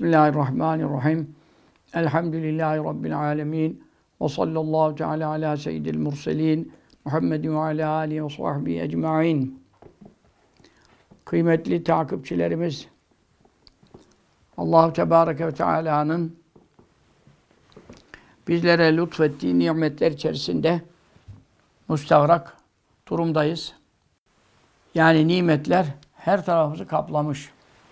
Bismillahirrahmanirrahim. Elhamdülillahi Rabbil alemin. Ve sallallahu teala ala seyyidil murselin. Muhammedin ve ala alihi ve sahbihi ecma'in. Kıymetli takipçilerimiz, Allah-u Tebareke ve Teala'nın bizlere lütfettiği nimetler içerisinde müstahrak durumdayız. Yani nimetler her tarafımızı kaplamış.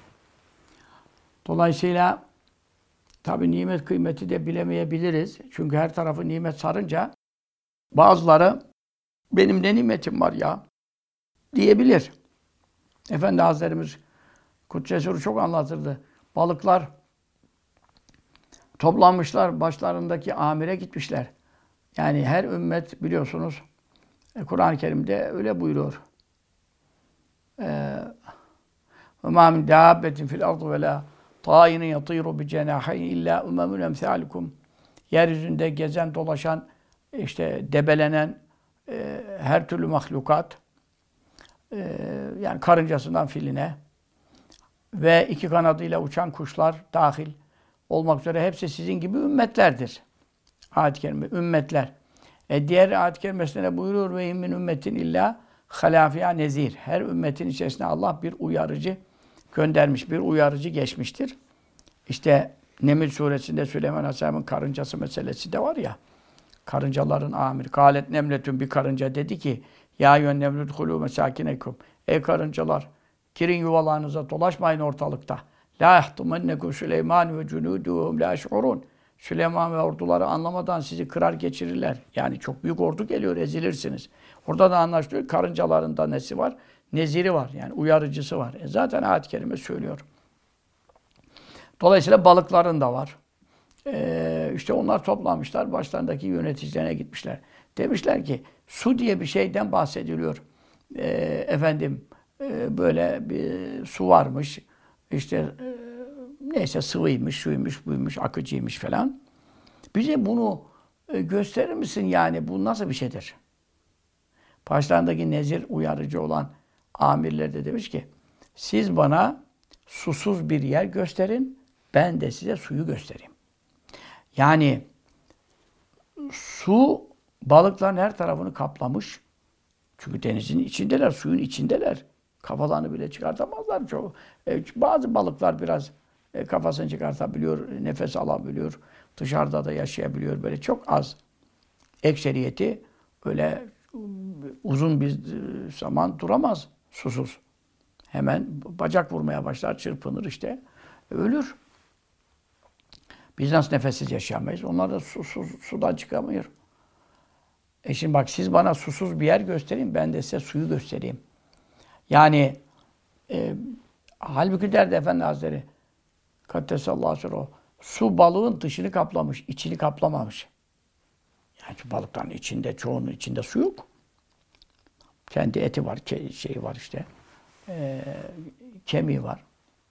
Dolayısıyla tabi nimet kıymeti de bilemeyebiliriz. Çünkü her tarafı nimet sarınca bazıları benim ne nimetim var ya diyebilir. Efendi Hazretlerimiz Kuddesesirruhu çok anlatırdı. Balıklar toplanmışlar, başlarındaki amire gitmişler. Yani her ümmet biliyorsunuz Kur'an-ı Kerim'de öyle buyuruyor. وَمَا مِنْ دَابَّةٍ فِي الْأَرْضِ وَلَا طَائِرٍ يَطِيرُ بِجَنَاحَيْهِ إِلَّا أُمَمٌ أَمْثَالُكُمْ. Yeryüzünde gezen, dolaşan, işte debelenen her türlü mahlukat, yani karıncasından filine ve iki kanadıyla uçan kuşlar dahil olmak üzere hepsi sizin gibi ümmetlerdir. Ayet-i kerime, ümmetler. Diğer ayet-i kerimesinde buyuruyor ve min ümmetin illa halâfiya nezir. Her ümmetin içerisine Allah bir uyarıcı göndermiş, bir uyarıcı geçmiştir. İşte Neml suresinde Süleyman Aleyhisselam'ın karıncası meselesi de var ya. Karıncaların amiri. Kâlet nemletün, bir karınca dedi ki ya yön nemlüt hulû mesâkinekum. Ey karıncalar, girin yuvalarınıza, dolaşmayın ortalıkta. La yahtumennekum Süleyman ve cunûduhum la yeş'urûn. Süleyman ve orduları anlamadan sizi kırar geçirirler. Yani çok büyük ordu geliyor, ezilirsiniz. Orada da anlaşılıyor, karıncaların da nesi var? Neziri var, yani uyarıcısı var. Zaten ayet-i kerime söylüyor. Dolayısıyla balıkların da var. İşte onlar toplanmışlar, başlarındaki yöneticilerine gitmişler. Demişler ki, su diye bir şeyden bahsediliyor. Böyle bir su varmış. İşte neyse sıvıymış, suymuş, buymuş, akıcıymış falan. Bize bunu gösterir misin yani? Bu nasıl bir şeydir? Başlarındaki nezir, uyarıcı olan amirler de demiş ki, siz bana susuz bir yer gösterin, ben de size suyu göstereyim. Yani su balıkların her tarafını kaplamış. Çünkü denizin içindeler, suyun içindeler. Kafalarını bile çıkartamazlar çok. Bazı balıklar biraz kafasını çıkartabiliyor, nefes alabiliyor, dışarıda da yaşayabiliyor. Böyle çok az. Ekseriyeti öyle uzun bir zaman duramaz susuz. Hemen bacak vurmaya başlar, çırpınır işte. Ölür. Biz nasıl nefessiz yaşayamayız? Onlar da sudan çıkamıyor. Şimdi bak siz bana susuz bir yer göstereyim, ben de size suyu göstereyim. Yani halbuki derdi Efendi Hazretleri Kaddesallahu sirruhu, su balığın dışını kaplamış, içini kaplamamış. Yani şu balıkların içinde, çoğunun içinde su yok. Kendi eti var, şeyi var işte. Kemiği var.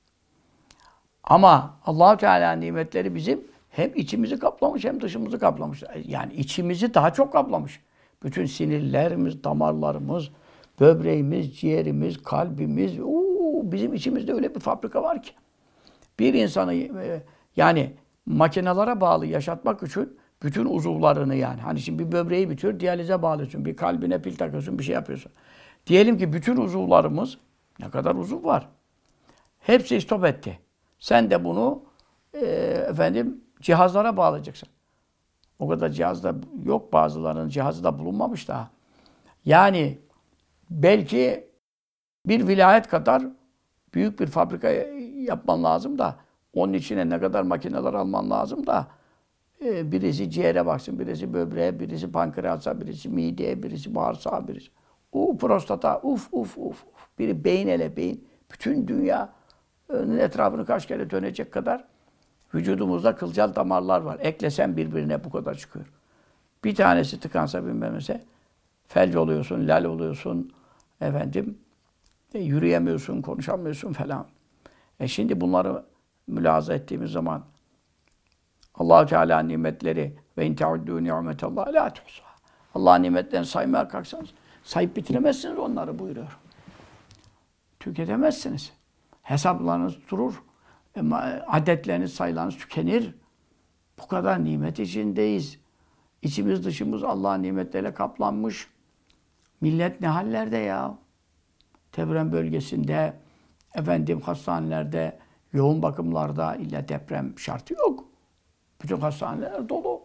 Ama Allah-u Teala nimetleri bizim hem içimizi kaplamış hem dışımızı kaplamış. Yani içimizi daha çok kaplamış. Bütün sinirlerimiz, damarlarımız, böbreğimiz, ciğerimiz, kalbimiz, bizim içimizde öyle bir fabrika var ki. Bir insanı yani makinelere bağlı yaşatmak için bütün uzuvlarını yani. Hani şimdi bir böbreği bitiyor, diyalize bağlıyorsun. Bir kalbine pil takıyorsun, bir şey yapıyorsun. Diyelim ki bütün uzuvlarımız, ne kadar uzuv var? Hepsi istop etti. Sen de bunu cihazlara bağlayacaksın. O kadar cihaz da yok. Bazılarının cihazı da bulunmamış daha. Yani belki bir vilayet kadar büyük bir fabrika yapman lazım da onun içine ne kadar makineler alman lazım da birisi ciğere baksın, birisi böbreğe, birisi pankreasa, birisi mideye, birisi bağırsağa, birisi prostata, biri beyin ele beyin. Bütün dünyanın etrafını kaç kere dönecek kadar vücudumuzda kılcal damarlar var. Eklesen birbirine bu kadar çıkıyor. Bir tanesi tıkansa bilmemese felç oluyorsun, lal oluyorsun, yürüyemiyorsun, konuşamıyorsun falan. Şimdi bunları mülahaza ettiğimiz zaman Allah-u Teala nimetleri ve in te'uddû ni'metallahi lâ tuhsâ. Allah'ın nimetlerini saymaya kalksanız sayıp bitiremezsiniz onları buyuruyor. Tüketemezsiniz. Hesaplarınız durur. adetleriniz, sayılarınız tükenir. Bu kadar nimet içindeyiz. İçimiz dışımız Allah'ın nimetleriyle kaplanmış. Millet ne hallerde ya? Deprem bölgesinde, hastanelerde, yoğun bakımlarda illa deprem şartı yok. Bütün hastaneler dolu.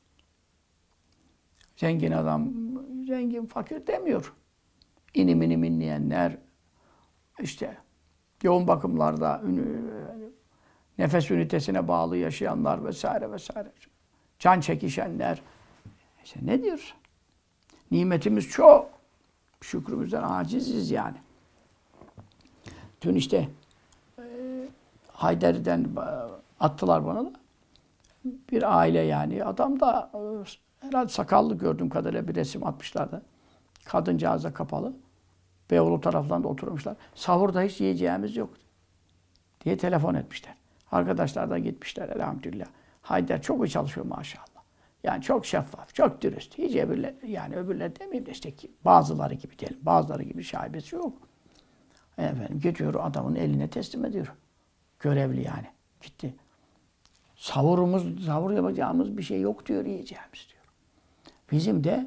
Zengin adam, zengin fakir demiyor. İnim inim inleyenler, işte yoğun bakımlarda nefes ünitesine bağlı yaşayanlar vesaire vesaire. Can çekişenler. İşte ne diyoruz? Nimetimiz çok. Şükrümüzden aciziz yani. Dün işte Haydari'den attılar bana da. Bir aile yani. Adam da herhalde sakallı gördüğüm kadarıyla bir resim atmışlardı. Kadıncağız da kapalı. Beyoğlu taraflarında oturmuşlar. Sahurda hiç yiyeceğimiz yok diye telefon etmişler. Arkadaşlar da gitmişler elhamdülillah. Haydar çok iyi çalışıyor maşallah. Yani çok şeffaf, çok dürüst. Hiç öbürler demeyeyim de işte ki bazıları gibi diyelim. Bazıları gibi şaibesi yok. Gidiyor adamın eline teslim ediyor. Görevli yani. Gitti. Sahur yapacağımız bir şey yok diyor, yiyeceğimiz diyor. Bizim de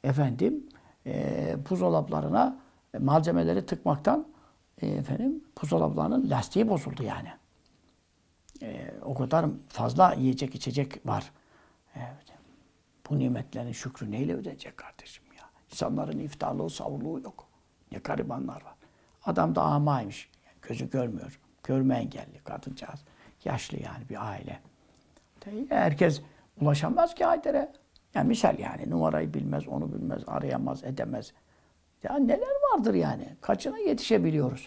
buzdolaplarına malzemeleri tıkmaktan buzdolaplarının lastiği bozuldu yani. O kadar fazla yiyecek içecek var. Bu nimetlerin şükrü neyle ödenecek kardeşim ya? İnsanların iftarlığı, sahurluğu yok. Ne garibanlar var. Adam da amaymış. Gözü görmüyor. Görme engelli kadıncağız. Yaşlı yani bir aile. Herkes ulaşamaz ki Haydar'e. Yani misal yani numarayı bilmez, onu bilmez, arayamaz, edemez. Ya neler vardır yani? Kaçına yetişebiliyoruz?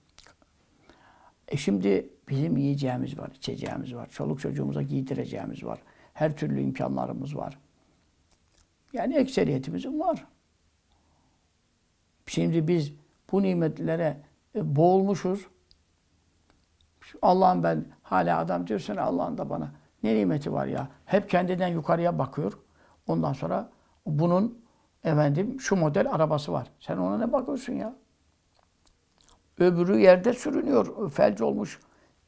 Şimdi bizim yiyeceğimiz var, içeceğimiz var. Çoluk çocuğumuza giydireceğimiz var. Her türlü imkanlarımız var. Yani ekseriyetimizin var. Şimdi biz bu nimetlere boğulmuşuz. Allah'ım ben hala adam diyorsun Allah'ın da bana ne nimeti var ya. Hep kendinden yukarıya bakıyor. Ondan sonra bunun şu model arabası var. Sen ona ne bakıyorsun ya? Öbürü yerde sürünüyor. Felç olmuş.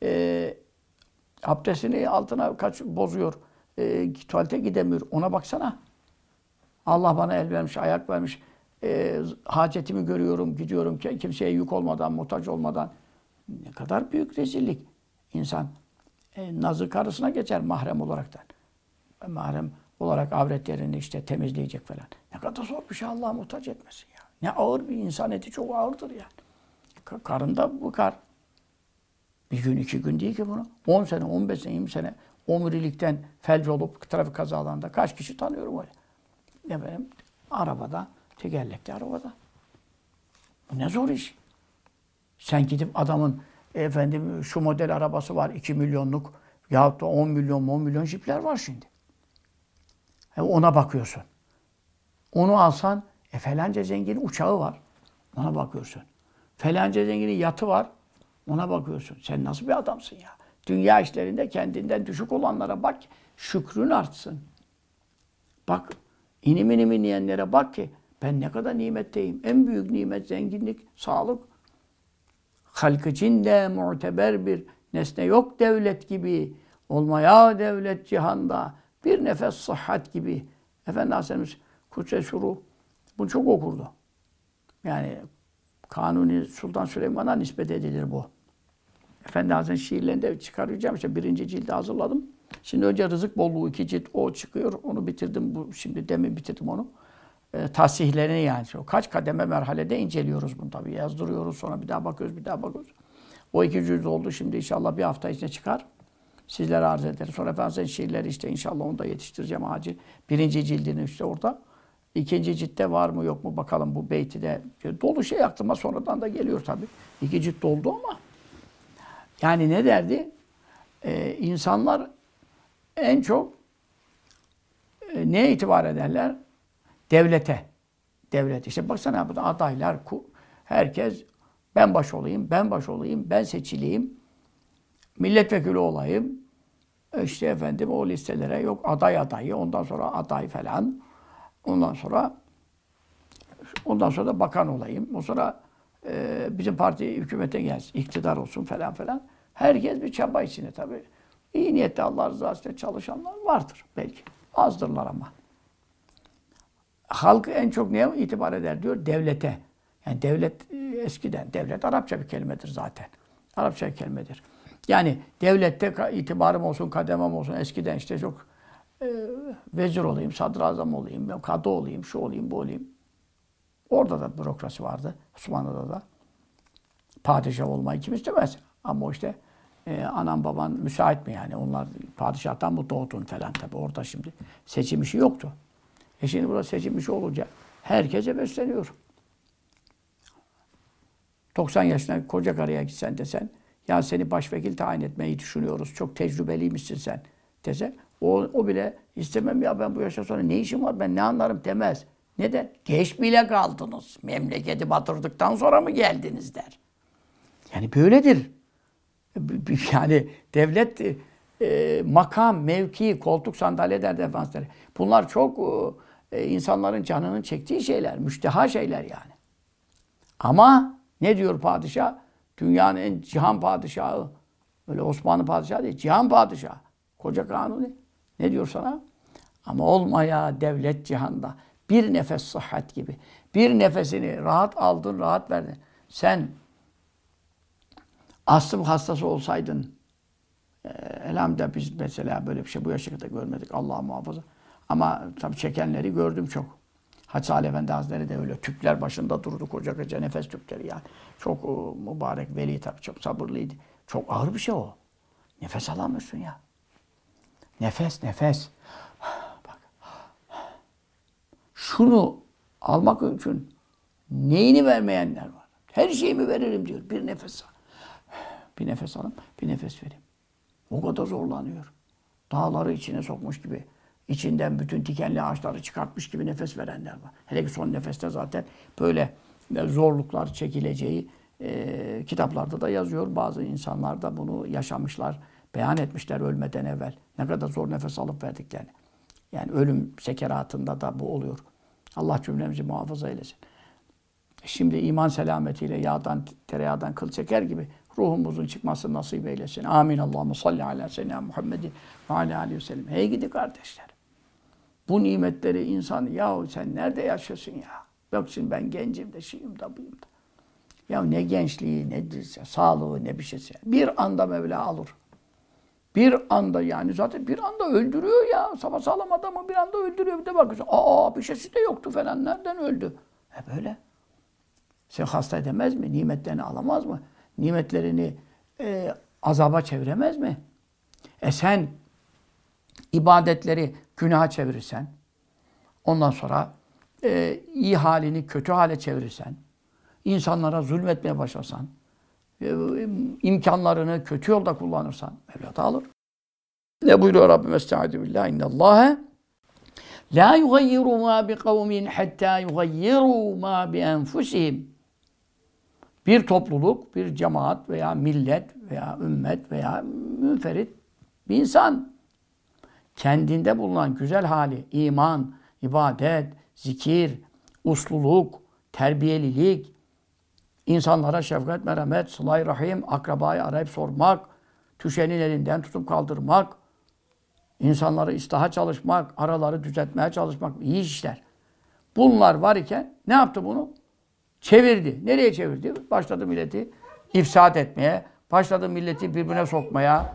Abdestini altına bozuyor. Tuvalete gidemiyor. Ona baksana. Allah bana el vermiş, ayak vermiş. Hacetimi görüyorum, gidiyorum kimseye yük olmadan, muhtaç olmadan. Ne kadar büyük rezillik. İnsan nazı karısına geçer mahrem olaraktan. Mahrem olarak avretlerini işte temizleyecek falan. Ne kadar zor bir şey Allah'a muhtaç etmesin ya. Ne ağır bir insan eti çok ağırdır yani. Karında bıkar. Bir gün, 2 gün değil ki bunu. 10 sene, 15 sene, 20 sene omurilikten felç olup trafik kazalarında kaç kişi tanıyorum öyle. Arabada, tekerlekli arabada. Bu ne zor iş. Sen gidip adamın şu model arabası var 2 milyonluk yahut da 10 milyon jipler var şimdi. Ona bakıyorsun. Onu alsan falanca zenginin uçağı var. Ona bakıyorsun. Falanca zenginin yatı var. Ona bakıyorsun. Sen nasıl bir adamsın ya? Dünya işlerinde kendinden düşük olanlara bak. Şükrün artsın. Bak inim inim inleyenlere bak ki ben ne kadar nimetteyim. En büyük nimet zenginlik, sağlık. Halk içinde muteber bir nesne yok devlet gibi. Olmaya devlet cihanda. Bir nefes sıhhat gibi. Efendi Hazretimiz Kudüs'e şuru bunu çok okurdu. Yani Kanuni Sultan Süleyman'a nispet edilir bu. Efendi Hazretleri şiirlerinde çıkaracağım. İşte 1. cildi hazırladım. Şimdi önce rızık bolluğu 2 cilt o çıkıyor. Onu bitirdim. Şimdi demin bitirdim onu. Tasihlerini yani. Kaç kademe merhalede inceliyoruz bunu tabii. Yazdırıyoruz sonra bir daha bakıyoruz. O 2 cilt oldu. Şimdi inşallah bir hafta içinde çıkar. Sizlere arz ederiz. Sonra Efendimiz'in şiirleri işte inşallah onu da yetiştireceğim acil. 1. cildini işte orada. 2. ciltte var mı yok mu bakalım bu beyti de. Dolu şey aklıma sonradan da geliyor tabii. 2 cilt doldu ama. Yani ne derdi? İnsanlar en çok neye itibar ederler? Devlete. Devlet. İşte baksana burada adaylar, herkes ben baş olayım, ben seçileyim, milletvekili olayım. İşte o listelere yok adayı, ondan sonra aday falan. Ondan sonra da bakan olayım. O sonra bizim parti hükümete gelsin, iktidar olsun falan. Herkes bir çaba içinde tabii. İyi niyetli Allah rızası için çalışanlar vardır belki. Azdırlar ama. Halk en çok neye itibar eder diyor? Devlete. Yani devlet eskiden, devlet Arapça bir kelimedir zaten. Arapça bir kelimedir. Yani devlette itibarım olsun, kademem olsun. Eskiden işte çok vezir olayım, sadrazam olayım, kadı olayım, şu olayım, bu olayım. Orada da bürokrasi vardı. Osmanlı'da da. Padişah olmayı kim istemez? Ama o işte anan baban müsait mi yani? Onlar padişahtan mı doğdun falan tabii. Orada şimdi seçim işi yoktu. Şimdi burada seçim işi olunca herkese besleniyor. 90 yaşında koca karıya gitsen desen, ya seni başvekil tayin etmeyi düşünüyoruz, çok tecrübeliymişsin sen dese, o bile istemem ya ben bu yaşa sonra ne işim var, ben ne anlarım demez. Neden? Geç bile kaldınız. Memleketi batırdıktan sonra mı geldiniz der. Yani böyledir. Yani devlet makam, mevki, koltuk, sandalye der defansları. Bunlar çok insanların canının çektiği şeyler, müşteha şeyler yani. Ama ne diyor padişah? Dünyanın en cihan padişahı. Öyle Osmanlı padişahı değil, cihan padişahı. Koca Kanuni. Ne diyor sana? Ama olma ya devlet cihanda. Bir nefes sıhhat gibi. Bir nefesini rahat aldın, rahat verdin. Sen astım hastası olsaydın, elhamdülillah biz mesela böyle bir şey bu yaşa kadar görmedik. Allah muhafaza. Ama tabii çekenleri gördüm çok. Hacı Ali Efendi Hazretleri de öyle. Tüpler başında durdu koca nefes tüpleri yani. Çok mübarek veli tabii çok sabırlıydı. Çok ağır bir şey o. Nefes alamıyorsun ya. Nefes. Bak. Şunu almak için neyini vermeyenler var. Her şeyimi veririm diyor. Bir nefes al. Bir nefes alayım, bir nefes vereyim. O kadar zorlanıyor. Dağları içine sokmuş gibi. İçinden bütün dikenli ağaçları çıkartmış gibi nefes verenler var. Hele ki son nefeste zaten böyle zorluklar çekileceği kitaplarda da yazıyor. Bazı insanlar da bunu yaşamışlar, beyan etmişler ölmeden evvel. Ne kadar zor nefes alıp verdiklerini. Yani ölüm sekeratında da bu oluyor. Allah cümlemizi muhafaza eylesin. Şimdi iman selametiyle yağdan, tereyağdan kıl çeker gibi ruhumuzun çıkmasını nasip eylesin. Amin. Allahumme salli ala seyyidina Muhammedin ve ala aleyhi ve sellem. Hey gidi kardeşler. Bu nimetleri insan, yahu sen nerede yaşıyorsun ya? Yok şimdi ben gencim de, şuyum da, buyum da. Ya ne gençliği, ne sağlığı, ne bir şeyse. Bir anda Mevla alır. Bir anda yani zaten bir anda öldürüyor ya. Sapasağlam adamı bir anda öldürüyor. Bir de bakıyorsun, bir şeysi de yoktu falan. Nereden öldü? Böyle. Sen hasta edemez mi? Nimetlerini alamaz mı? Nimetlerini azaba çeviremez mi? Sen ibadetleri günaha çevirirsen, ondan sonra iyi halini kötü hale çevirirsen, insanlara zulmetmeye başlarsan, imkanlarını kötü yolda kullanırsan, Mevla da alır. Ne buyuruyor Rabbim? Estaizu billah. İnnallâhe lâ yugayyiru mâ bi kavmin hattâ yugayyiru mâ bi enfusihim. Bir topluluk, bir cemaat veya millet veya ümmet veya münferit bir insan kendinde bulunan güzel hali, iman, ibadet, zikir, usluluk, terbiyelilik, insanlara şefkat, merhamet, sıla-i rahim, akrabayı arayıp sormak, düşenin elinden tutup kaldırmak, insanları islaha çalışmak, araları düzeltmeye çalışmak, iyi işler. Bunlar var iken ne yaptı bunu? Çevirdi. Nereye çevirdi? Başladı milleti ifsad etmeye, başladı milleti birbirine sokmaya,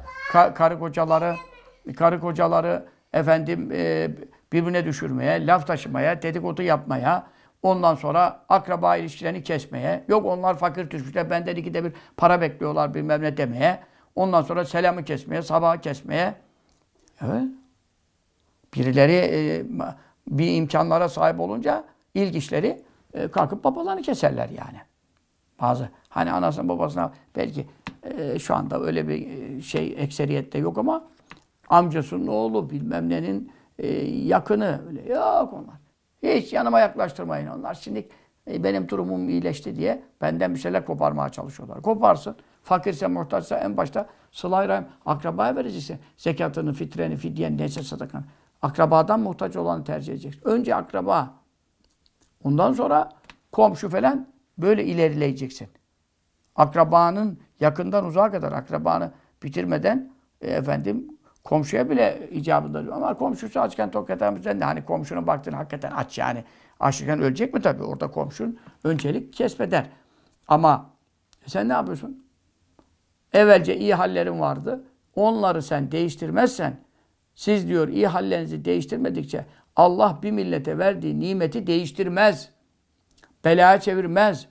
karı kocaları efendim birbirine düşürmeye, laf taşımaya, dedikodu yapmaya, ondan sonra akraba ilişkilerini kesmeye, yok onlar fakir düşmüşler, benden ikide bir para bekliyorlar bilmem ne demeye, ondan sonra selamı kesmeye, sabahı kesmeye. Evet. Birileri bir imkanlara sahip olunca ilk işleri kalkıp babalarını keserler yani. Bazı hani anasına babasına belki şu anda öyle bir şey ekseriyette yok ama amcasının oğlu bilmem nenin yakını öyle yok onlar. Hiç yanıma yaklaştırmayın onlar. Şimdi benim durumum iyileşti diye benden bir şeyler koparmaya çalışıyorlar. Koparsın. Fakirse, muhtaçsa en başta sıla-i rahim akrabaya vereceksin. Zekatını, fitreni, fidyen, neyse sadakanı. Akrabadan muhtaç olanı tercih edeceksin. Önce akraba. Ondan sonra komşu falan böyle ilerleyeceksin. Akrabanın yakından uzağa kadar akrabanı bitirmeden komşuya bile icabında diyor. Ama komşusu açken tok yatamızdan de hani komşunun baktığını hakikaten aç yani. Açlıktan ölecek mi tabii? Orada komşun öncelik kesbeder. Ama sen ne yapıyorsun? Evvelce iyi hallerin vardı. Onları sen değiştirmezsen, siz diyor iyi hallerinizi değiştirmedikçe Allah bir millete verdiği nimeti değiştirmez. Belaya çevirmez.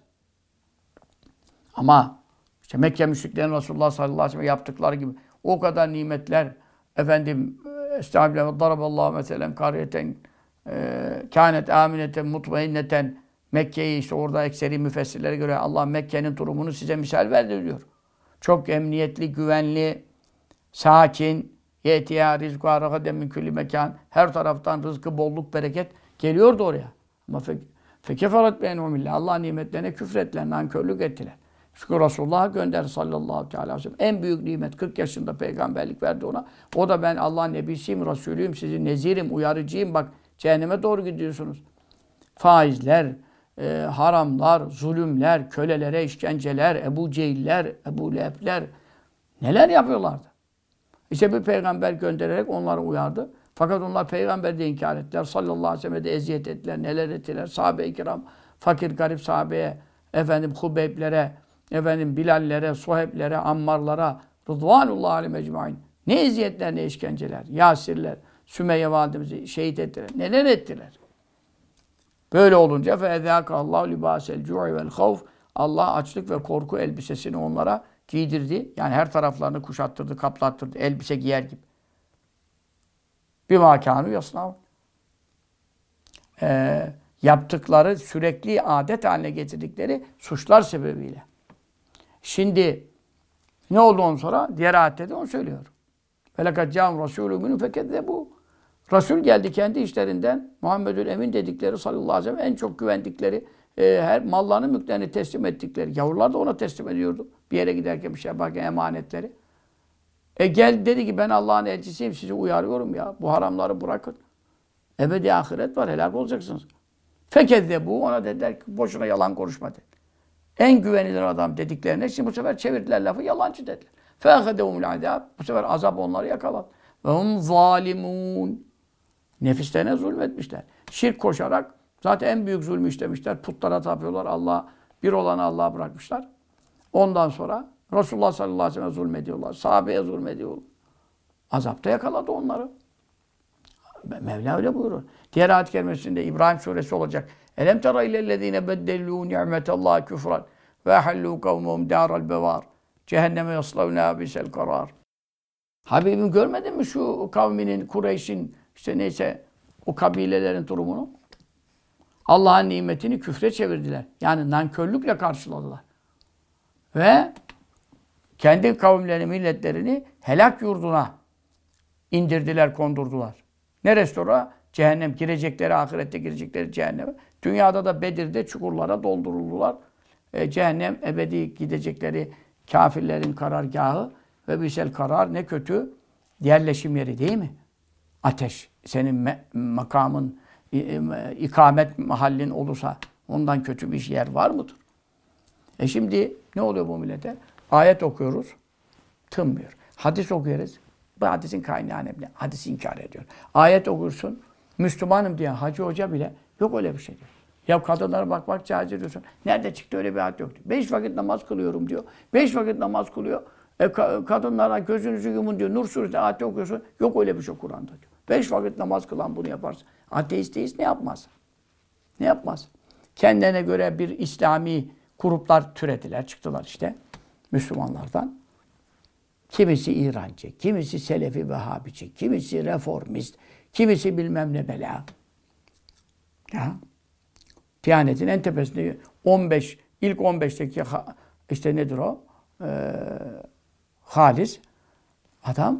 Ama işte Mekke müşriklerin Resulullah sallallahu aleyhi ve sellem yaptıkları gibi o kadar nimetler estağfirullah daraballahu meselen kariyeten kânet amineten mutmainneten Mekke'yi işte orada ekseri müfessirlere göre Allah Mekke'nin durumunu size misal verdi diyor. Çok emniyetli, güvenli, sakin, yetiya rizqa ragaden min kulli mekan. Her taraftan rızkı, bolluk, bereket geliyordu oraya. Ama fekeferet beynehum Allah'ın nimetlerine küfrettiler, nankörlük ettiler. Çünkü Resulullah'a gönderdi sallallahu aleyhi ve sellem. En büyük nimet 40 yaşında peygamberlik verdi ona. O da ben Allah'ın nebisiyim, Resulüyüm, sizin nezirim, uyarıcıyım. Bak cehenneme doğru gidiyorsunuz. Faizler, haramlar, zulümler, kölelere işkenceler, Ebu Cehiller, Ebu Leheb'ler neler yapıyorlardı? İşte bir peygamber göndererek onları uyardı. Fakat onlar peygamber de inkar ettiler. Sallallahu aleyhi ve sellem'e de eziyet ettiler. Neler ettiler? Sahabe-i kiram, fakir garip sahabeye, Hubeyblere, Bilallere, Suheblere, Ammarlara, Rıdvanullah aleyhim ecmaîn. Ne eziyetler, ne işkenceler. Yasirler, Sümeyye validemizi şehit ettiler. Neler ettiler? Böyle olunca فَاَذَاكَ اللّٰهُ لِبَاسَ الْجُوعِ وَالْخَوْفِ Allah açlık ve korku elbisesini onlara giydirdi. Yani her taraflarını kuşattırdı, kaplattırdı. Elbise giyer gibi. Bir makânû yasnâv. Yaptıkları, sürekli adet haline getirdikleri suçlar sebebiyle. Şimdi ne oldu ondan sonra? Diğer ayette de onu söylüyor. وَلَكَدْ جَاءَهُمْ رَسُولٌ مِنْهُمْ فَكَذَّبُوهُ Resul geldi kendi işlerinden Muhammedül Emin dedikleri sallallahu aleyhi ve sellem en çok güvendikleri her mallarını mülklerini teslim ettikleri. Yavrular da ona teslim ediyordu. Bir yere giderken bir şey yaparken emanetleri. Gel dedi ki ben Allah'ın elçisiyim sizi uyarıyorum ya. Bu haramları bırakın. Ebedi ahiret var helak olacaksınız. Fekezzebu ona dediler ki boşuna yalan konuşma dedi. En güvenilir adam dediklerine şimdi bu sefer çevirdiler lafı yalancı dediler. Fe'ahedehumul azab. Bu sefer azap onları yakaladı. Ve hum zalimun. Nefislerine zulmetmişler. Şirk koşarak zaten en büyük zulmü işlemişler. Putlara tapıyorlar. Bir olanı Allah'a bırakmışlar. Ondan sonra Resulullah sallallahu aleyhi ve sellem zulmediyorlar. Sahabeye zulmediyorlar. Azapta yakaladı onları. Mevla öyle buyuruyor. Diğer ayet-i kerimesinde İbrahim suresi olacak. Elem tera illellezine beddelû ni'metallahi küfran ve hallû kavmuhum dâral bevar. Cehenneme yaslavnâ bisel karar. Habibim görmedin mi şu kavminin, Kureyş'in, işte neyse o kabilelerin durumunu? Allah'ın nimetini küfre çevirdiler. Yani nankörlükle karşıladılar. Ve kendi kavimlerini, milletlerini helak yurduna indirdiler, kondurdular. Neresi orası? Cehennem. Girecekleri, ahirette girecekleri cehenneme. Dünyada da Bedir'de çukurlara dolduruldular. Cehennem ebedi gidecekleri kafirlerin karargahı ve bisel karar ne kötü yerleşim yeri değil mi? Ateş. Senin makamın, ikamet mahallin olursa ondan kötü bir yer var mıdır? Şimdi ne oluyor bu millete? Ayet okuyoruz, tınmıyor. Hadis okuyoruz, bu hadisin kaynağı ne bile? Hadisi inkar ediyor. Ayet okursun, Müslümanım diyen hacı hoca bile yok öyle bir şey diyor. Ya kadınlara bak caiz ediyorsun. Nerede çıktı öyle bir ayet yok diyor. 5 vakit namaz kılıyorum diyor. 5 vakit namaz kılıyor. Kadınlara gözünüzü yumun diyor. Nur suresi ayet okuyorsun. Yok öyle bir şey Kur'an'da diyor. 5 vakit namaz kılan bunu yaparsın. Ateist ne yapmaz? Ne yapmaz? Kendine göre bir İslami gruplar türediler, çıktılar işte Müslümanlardan. Kimisi İrancı, kimisi Selefi Vehhabici, kimisi reformist, kimisi bilmem ne bela. Ya. Diyanetin en tepesinde ilk 15'teki işte nedir o? Halis adam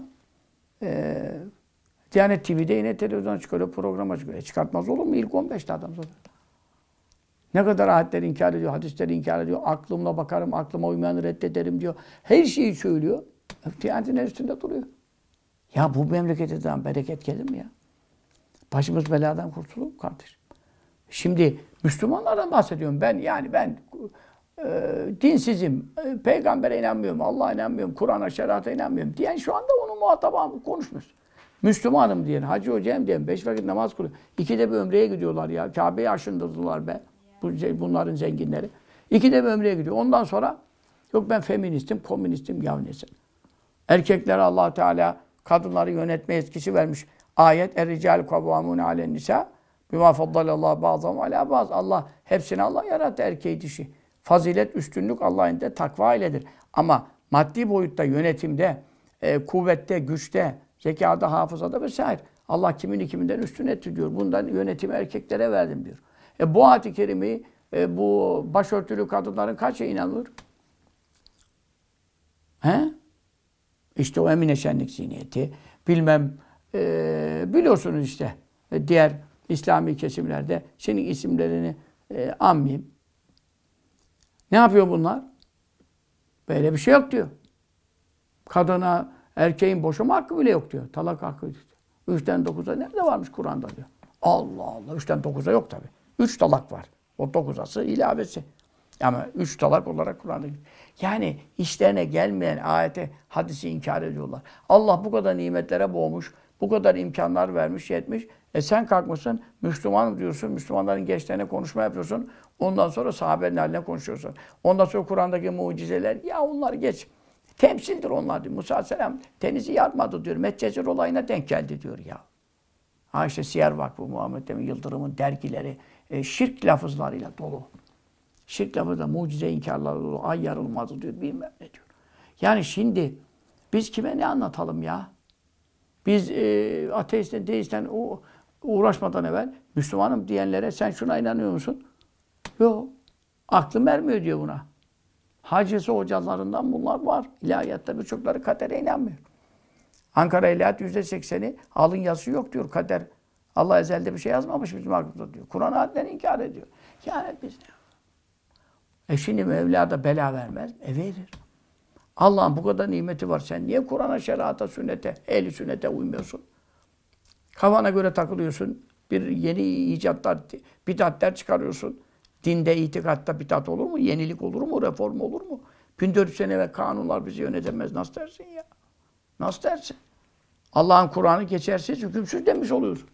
Diyanet TV'de yine televizyon çıkıyor, programa çıkıyor. Çıkartmaz olur mu? İlk 15'te adam zaten. Ne kadar ayetleri inkar ediyor, hadisleri inkar ediyor. Aklımla bakarım, aklıma uymayanı reddederim diyor. Her şeyi söylüyor. Diyanetin üstünde duruyor. Ya bu memlekete bereket gelir mi ya? Başımız beladan kurtulur mu kardeşim? Şimdi Müslümanlardan bahsediyorum ben. Yani ben dinsizim, peygambere inanmıyorum, Allah'a inanmıyorum, Kur'an'a, şeriata inanmıyorum diyen şu anda onun muhatabı konuşmuyor. Müslümanım diyen, hacı hocayım diyen, 5 vakit namaz kılıyor. 2'de bir ömreye gidiyorlar ya. Kabe'yi aşındırdılar be. Bunların zenginleri. 2'de bir ömreye gidiyor. Ondan sonra yok ben feministim, komünistim ya neyse. Erkeklere Allah Teala kadınları yönetme etkisi vermiş. Ayet Er-Rical kavvamun alen nisa bima faddalallahu ba'dahum ala ba'd. Allah hepsini Allah yarattı erkeği dişi. Fazilet, üstünlük Allah'ın da takva iledir. Ama maddi boyutta, yönetimde, kuvvette, güçte, zekada, hafızada vesaire. Allah kimini kiminden üstün etti diyor. Bundan yönetimi erkeklere verdim diyor. Bu ayet-i kerime bu başörtülü kadınların kaça inanır? He? İşte o Emine Şenlik zihniyeti. Bilmem biliyorsunuz işte diğer İslami kesimlerde senin isimlerini anmayayım. Ne yapıyor bunlar? Böyle bir şey yok diyor. Kadına, erkeğin boşama hakkı bile yok diyor. Talak hakkı diyor. 3'ten 9'a nerede varmış Kur'an'da diyor. Allah Allah. 3'ten 9'a yok tabii. 3 talak var. O 9'ası ilavesi. Ama 3 talak olarak Kur'an'da. Yani işlerine gelmeyen ayete, hadisi inkar ediyorlar. Allah bu kadar nimetlere boğmuş, bu kadar imkanlar vermiş, yetmiş. Sen kalkmışsın, Müslüman diyorsun, Müslümanların gençlerine konuşma yapıyorsun. Ondan sonra sahabenin haline konuşuyorsun. Ondan sonra Kur'an'daki mucizeler, ya onları geç. Temsildir onlar diyor. Musa Aleyhisselam denizi yarmadı diyor. Medcezir olayına denk geldi diyor ya. Ha işte Siyer Vakfı, Muhammed Emin Yıldırım'ın dergileri şirk lafızlarıyla dolu. Şirk lafızla mucize inkarları dolu. Ay yarılmadı diyor. Bilmem ne diyor. Yani şimdi biz kime ne anlatalım ya? Biz ateistle, deistle uğraşmadan evvel Müslümanım diyenlere sen şuna inanıyor musun? Yok. Aklım ermiyor diyor buna. Hacısı hocalarından bunlar var. İlahiyatta birçokları kadere inanmıyor. Ankara İlahiyat %80'i alın yazısı yok diyor kader. Allah ezelde bir şey yazmamış bizim aklımızda diyor. Kur'an ayetlerini inkar ediyor. Yani biz ne? Şimdi Mevla da bela vermez. Verir. Allah'ın bu kadar nimeti var. Sen niye Kur'an'a, şeriata, sünnete, ehli sünnete uymuyorsun? Kafana göre takılıyorsun. Bir yeni icatlar, bidatler çıkarıyorsun. Dinde, itikatta bidat olur mu? Yenilik olur mu? Reform olur mu? 1400 sene ve kanunlar bizi yönetemez. Nasıl dersin ya? Nasıl dersin? Allah'ın Kur'an'ı geçersiz, hükümsüz demiş oluyoruz.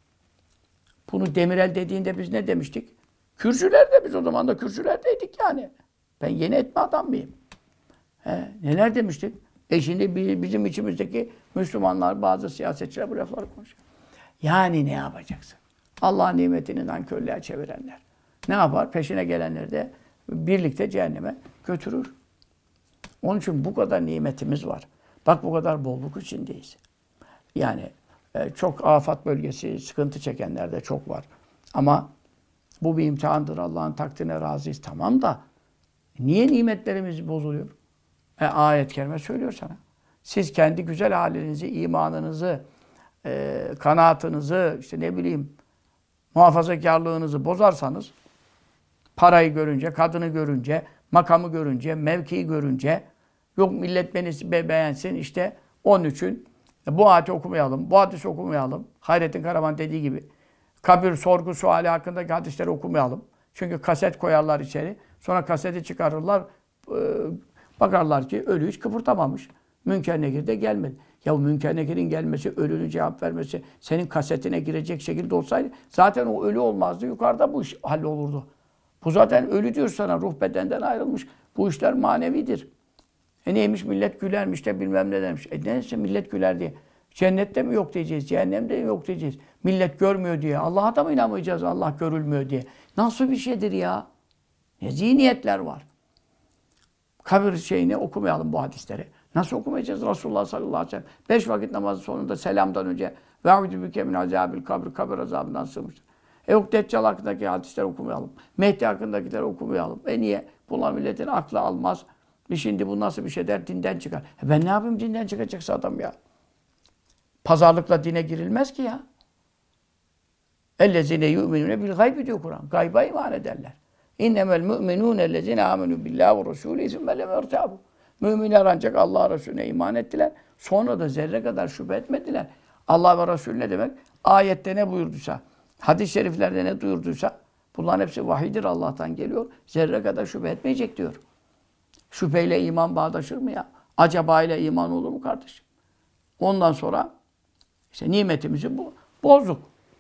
Bunu Demirel dediğinde biz ne demiştik? Kürsülerde biz o zaman da kürsülerdeydik yani. Ben yeni etme adam mıyım? Neler demiştik? Şimdi bizim içimizdeki Müslümanlar, bazı siyasetçiler bu lafları konuşuyor. Yani ne yapacaksın? Allah'ın nimetini nankörlüğe çevirenler. Ne yapar? Peşine gelenleri de birlikte cehenneme götürür. Onun için bu kadar nimetimiz var. Bak bu kadar bolluk içindeyiz. Yani çok afat bölgesi, sıkıntı çekenler de çok var. Ama bu bir imtihandır. Allah'ın takdirine razıyız. Tamam da niye nimetlerimiz bozuluyor? Ayet-i kerime söylüyor sana. Siz kendi güzel halinizi, imanınızı, kanaatınızı, işte ne bileyim, muhafazakarlığınızı bozarsanız, parayı görünce, kadını görünce, makamı görünce, mevkiyi görünce, yok millet beni beğensin, işte onun için bu ayeti okumayalım, bu hadisi okumayalım. Hayrettin Karaman dediği gibi, kabir, sorgu, suali hakkındaki hadisleri okumayalım. Çünkü kaset koyarlar içeri, sonra kaseti çıkarırlar, bakarlar ki ölü hiç kıpırtamamış. Münker Nekir de gelmedi. Ya Münker Nekir'in gelmesi, ölünün cevap vermesi, senin kasetine girecek şekilde olsaydı zaten o ölü olmazdı. Yukarıda bu iş hallolurdu. Bu zaten ölü diyor sana, ruh bedenden ayrılmış. Bu işler manevidir. Neymiş millet gülermiş de bilmem ne demiş. Neyse millet güler diye. Cennette mi yok diyeceğiz, cehennemde mi yok diyeceğiz. Millet görmüyor diye. Allah'a da mı inanmayacağız Allah görülmüyor diye. Nasıl bir şeydir ya? Ne zihniyetler var. Kabir şeyini okumayalım bu hadisleri. Nasıl okumayacağız Resulullah sallallahu aleyhi ve sellem? 5 vakit namazı sonunda selamdan önce ve'udü bike min azabil kabr, kabir azabından sığmıştır. Yok Deccal hakkındaki hadisleri okumayalım. Mehdi hakkındakileri okumayalım. Niye? Bunlar milletin aklı almaz. Şimdi bu nasıl bir şey der? Dinden çıkar. Ben ne yapayım dinden çıkacaksa adam ya? Pazarlıkla dine girilmez ki ya. Ellezine yu'minune bil gaybi diyor Kur'an. Gayba iman ederler. İnnemel mu'minûne ellezine âmenû billâhi ve rasûlî sümme lem yertâbû. Müminler ancak Allah'a Resulüne iman ettiler. Sonra da zerre kadar şüphe etmediler. Allah ve Resulü ne demek? Ayette ne buyurduysa, hadis-i şeriflerde ne duyurduysa Bunların hepsi vahiydir, Allah'tan geliyor. Zerre kadar şüphe etmeyecek diyor. Şüpheyle iman bağdaşır mı ya? Acaba ile iman olur mu kardeşim? Ondan sonra işte nimetimizi bozduk.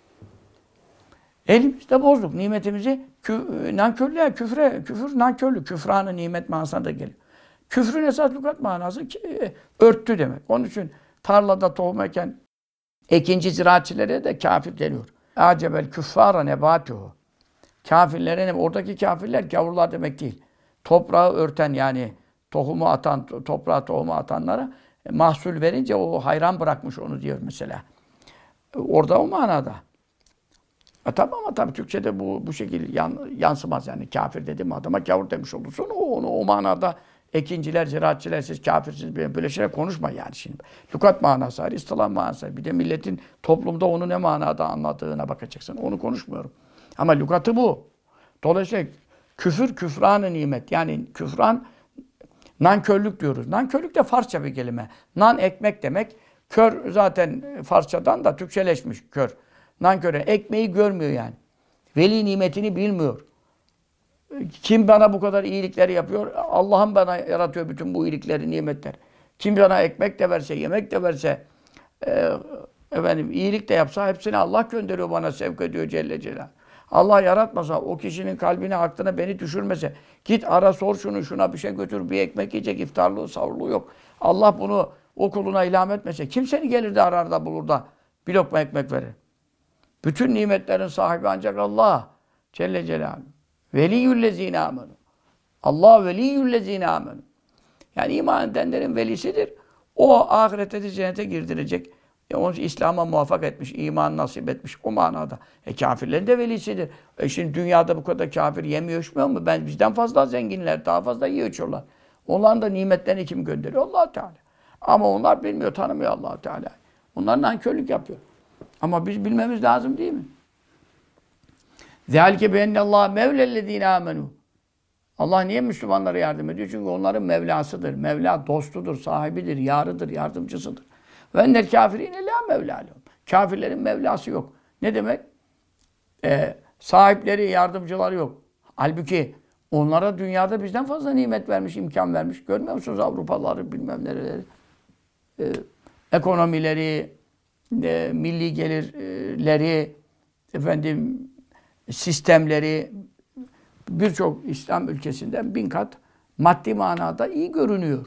Elimizde bozduk. Nimetimizi nankörlüğe, küfür nankörlük. Küfranı nimet manasına da geliyor. Küfrün esas lügat manası örttü demek. Onun için tarlada tohum eken ekinci ziraatçilere de kafir deniyor. Acebel küffara nebatuhu. Kafirlere, oradaki kafirler gavurlar demek değil. Toprağı örten yani tohumu atan, toprağa tohumu atanlara mahsul verince o hayran bırakmış onu diyor mesela. Orada o manada. Tabi ama tabii Türkçe'de bu şekilde yansımaz yani. Kafir dedim adama gavur demiş olursun. O manada ekinciler, ziraatçiler siz kafirsiniz böyle şeyler konuşma yani şimdi. Lügat manası var, istilah manası var. Bir de milletin toplumda onu ne manada anladığına bakacaksın. Onu konuşmuyorum. Ama lügatı bu. Dolayısıyla küfran-ı nimet. Yani küfran, nankörlük diyoruz. Nankörlük de Farsça bir kelime. Nan ekmek demek. Kör zaten Farsçadan da Türkçeleşmiş kör. Nanköre. Ekmeği görmüyor yani. Veli nimetini bilmiyor. Kim bana bu kadar iyilikleri yapıyor? Allah'ım bana yaratıyor bütün bu iyilikleri, nimetler. Kim bana ekmek de verse, yemek de verse, iyilik de yapsa hepsini Allah gönderiyor bana, sevk ediyor Celle Celaluhu. Allah yaratmasa, o kişinin kalbine, aklına beni düşürmese, git ara sor şuna bir şey götür, bir ekmek yiyecek, iftarlığı, sahurluğu yok. Allah bunu o kuluna ilham etmese, kim seni gelir de arar da bulur da bir lokma ekmek verir? Bütün nimetlerin sahibi ancak Allah Celle Celaluhu. Veliyyüllezîne âmenû. Allah veliyyüllezîne âmenû. Yani iman edenlerin velisidir. O ahirette de cennete girdirecek. Onu İslam'a muvaffak etmiş, iman nasip etmiş o manada. Kafirlerin de velisidir. Şimdi dünyada bu kadar kafir yemiyor içmiyor mu? Bizden fazla zenginler, daha fazla yiyor içiyorlar. Onların da nimetlerini kim gönderiyor? Allah Teala. Ama onlar bilmiyor, tanımıyor Allah Teala. Onlar nankörlük yapıyor. Ama biz bilmemiz lazım değil mi? ذَٰلِكَ بِاَنَّ اللّٰهَ مَوْلَ الَّذ۪ينَ آمَنُوا. Allah niye Müslümanlara yardım ediyor? Çünkü onların Mevlasıdır. Mevla dostudur, sahibidir, yarıdır, yardımcısıdır. وَاَنَّ الْكَافِر۪ينَ لَا مَوْلَى لَهُمْ. Kafirlerin Mevlası yok. Ne demek? Sahipleri, yardımcıları yok. Halbuki onlara dünyada bizden fazla nimet vermiş, imkan vermiş. Görmüyor musunuz Avrupalıları, bilmem nereleri? Ekonomileri, milli gelirleri, sistemleri birçok İslam ülkesinden 1000 kat maddi manada iyi görünüyor.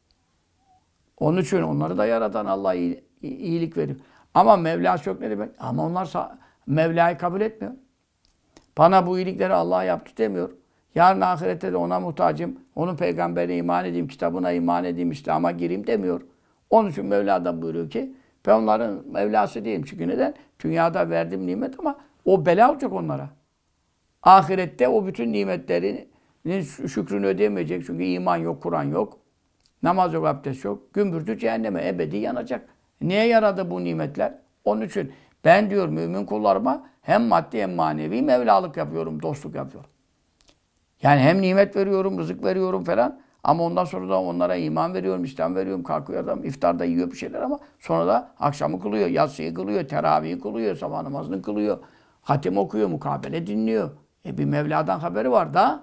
Onun için onları da yaratan Allah iyilik veriyor. Ama Mevlası yok ne demek? Ama onlar Mevla'yı kabul etmiyor. Bana bu iyilikleri Allah yaptı demiyor. Yarın ahirette de ona muhtacım, onun peygamberine iman edeyim, kitabına iman edeyim, İslam'a gireyim demiyor. Onun için Mevla da buyuruyor ki ben onların Mevlası değilim. Çünkü neden? Dünyada verdiğim nimet ama o bela olacak onlara. Ahirette o bütün nimetlerinin şükrünü ödeyemeyecek. Çünkü iman yok, Kur'an yok. Namaz yok, abdest yok. Gümbürdü cehenneme ebedi yanacak. Niye yaradı bu nimetler? Onun için ben diyor mümin kullarıma hem maddi hem manevi Mevlalık yapıyorum, dostluk yapıyorum. Yani hem nimet veriyorum, rızık veriyorum falan. Ama ondan sonra da onlara iman veriyorum, İslam veriyorum. Kalkıyor adam, iftarda yiyor bir şeyler ama sonra da akşamı kılıyor, yatsıyı kılıyor, teravihi kılıyor, sabah namazını kılıyor. Hatim okuyor, mukabele dinliyor. Bir Mevla'dan haberi var da.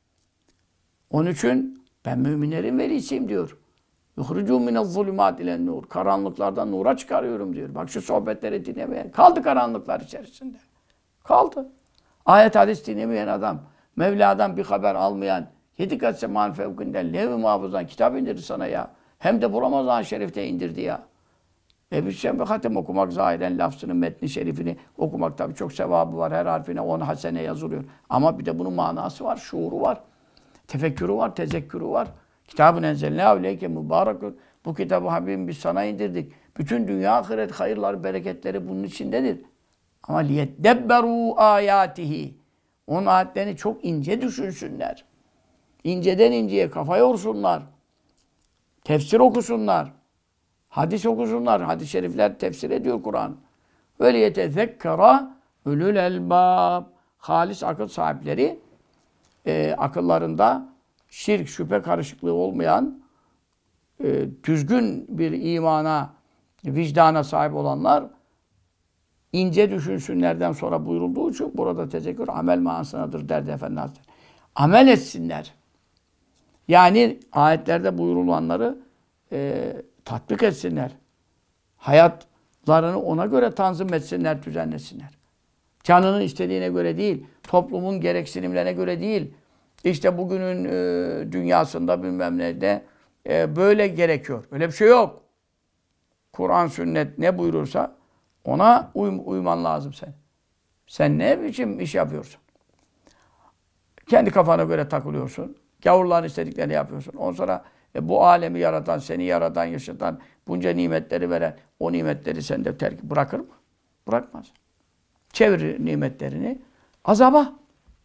Onun için ben müminlerin velisiyim diyor. يُخْرِجُوا مِنَ الظُّلُمَاتِ اِلَى nur. Karanlıklardan nura çıkarıyorum diyor. Bak şu sohbetleri dinlemeyen. Kaldı karanlıklar içerisinde. Kaldı. Ayet hadis dinlemeyen adam, Mevla'dan bir haber almayan, 7 kat semanın fevkinden, lev-i mahfuzdan kitap indirdi sana ya. Hem de bu Ramazan-ı Şerif'te indirdi ya. Bir şey hatem okumak zahiren lafzının metni şerifini okumak tabii çok sevabı var. Her harfine 10 hasene yazılıyor. Ama bir de bunun manası var, şuuru var. Tefekkürü var, tezekkürü var. Kitab-ı enzelnâ aleyke mübârekun. Bu kitabı Habibim biz sana indirdik. Bütün dünya ahiret hayırları, bereketleri bunun içindedir. Ama liyeddebberû âyâtihi. Onun ayetlerini çok ince düşünsünler. İnceden inceye kafa yorsunlar. Tefsir okusunlar. Hadis okusunlar. Hadis-i şerifler tefsir ediyor Kur'an. Ve liyetezekkera ulul elbâb. Halis akıl sahipleri akıllarında şirk, şüphe karışıklığı olmayan düzgün bir imana, vicdana sahip olanlar ince düşünsünlerden sonra buyurulduğu için burada tezekkür amel manasındadır derdi Efendi Hazretleri. Amel etsinler. Yani ayetlerde buyurulanları tatbik etsinler. Hayatlarını ona göre tanzim etsinler, düzenlesinler. Canının istediğine göre değil, toplumun gereksinimlerine göre değil. İşte bugünün dünyasında bilmem ne de böyle gerekiyor. Öyle bir şey yok. Kur'an, sünnet ne buyurursa ona uyman lazım sen. Sen ne biçim iş yapıyorsun? Kendi kafana göre takılıyorsun. Gavurların istediklerini yapıyorsun. Ondan sonra bu alemi yaratan, seni yaratan, yaşatan, bunca nimetleri veren o nimetleri sende terk bırakır mı? Bırakmaz. Çevir nimetlerini azaba.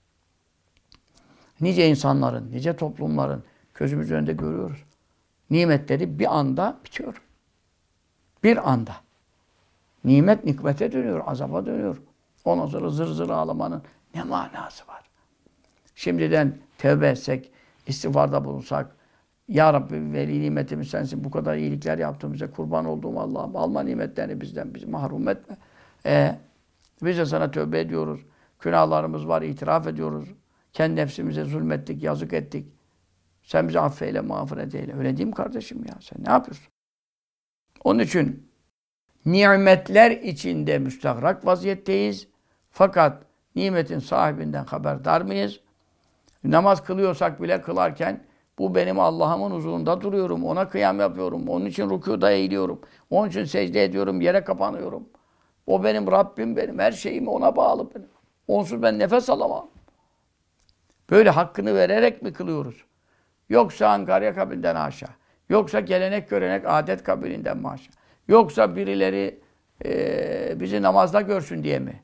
Nice insanların, nice toplumların gözümüz önünde görüyoruz. Nimetleri bir anda bitiyor. Bir anda. Nimet nikmete dönüyor, azaba dönüyor. Ondan sonra zır zır ağlamanın ne manası var? Şimdiden tevbe etsek, istiğfarda bulunsak, Ya Rabbi veli nimetimiz sensin, bu kadar iyilikler yaptın bize, kurban olduğum Allah'ım, alma nimetlerini bizden, bizi mahrum etme. Biz de sana tövbe ediyoruz. Günahlarımız var, itiraf ediyoruz. Kendi nefsimize zulmettik, yazık ettik. Sen bizi affeyle, mağfiret eyle. Öyle değil mi kardeşim ya? Sen ne yapıyorsun? Onun için nimetler içinde müstahrak vaziyetteyiz. Fakat nimetin sahibinden haberdar mıyız? Namaz kılıyorsak bile kılarken bu benim Allah'ımın huzurunda duruyorum. Ona kıyam yapıyorum. Onun için rükûda eğiliyorum. Onun için secde ediyorum. Yere kapanıyorum. O benim Rabbim benim. Her şeyim ona bağlı benim. Onsuz ben nefes alamam. Böyle hakkını vererek mi kılıyoruz? Yoksa Ankarya kabilinden aşağı. Yoksa gelenek görenek adet kabilinden mi aşağı? Yoksa birileri bizi namazda görsün diye mi?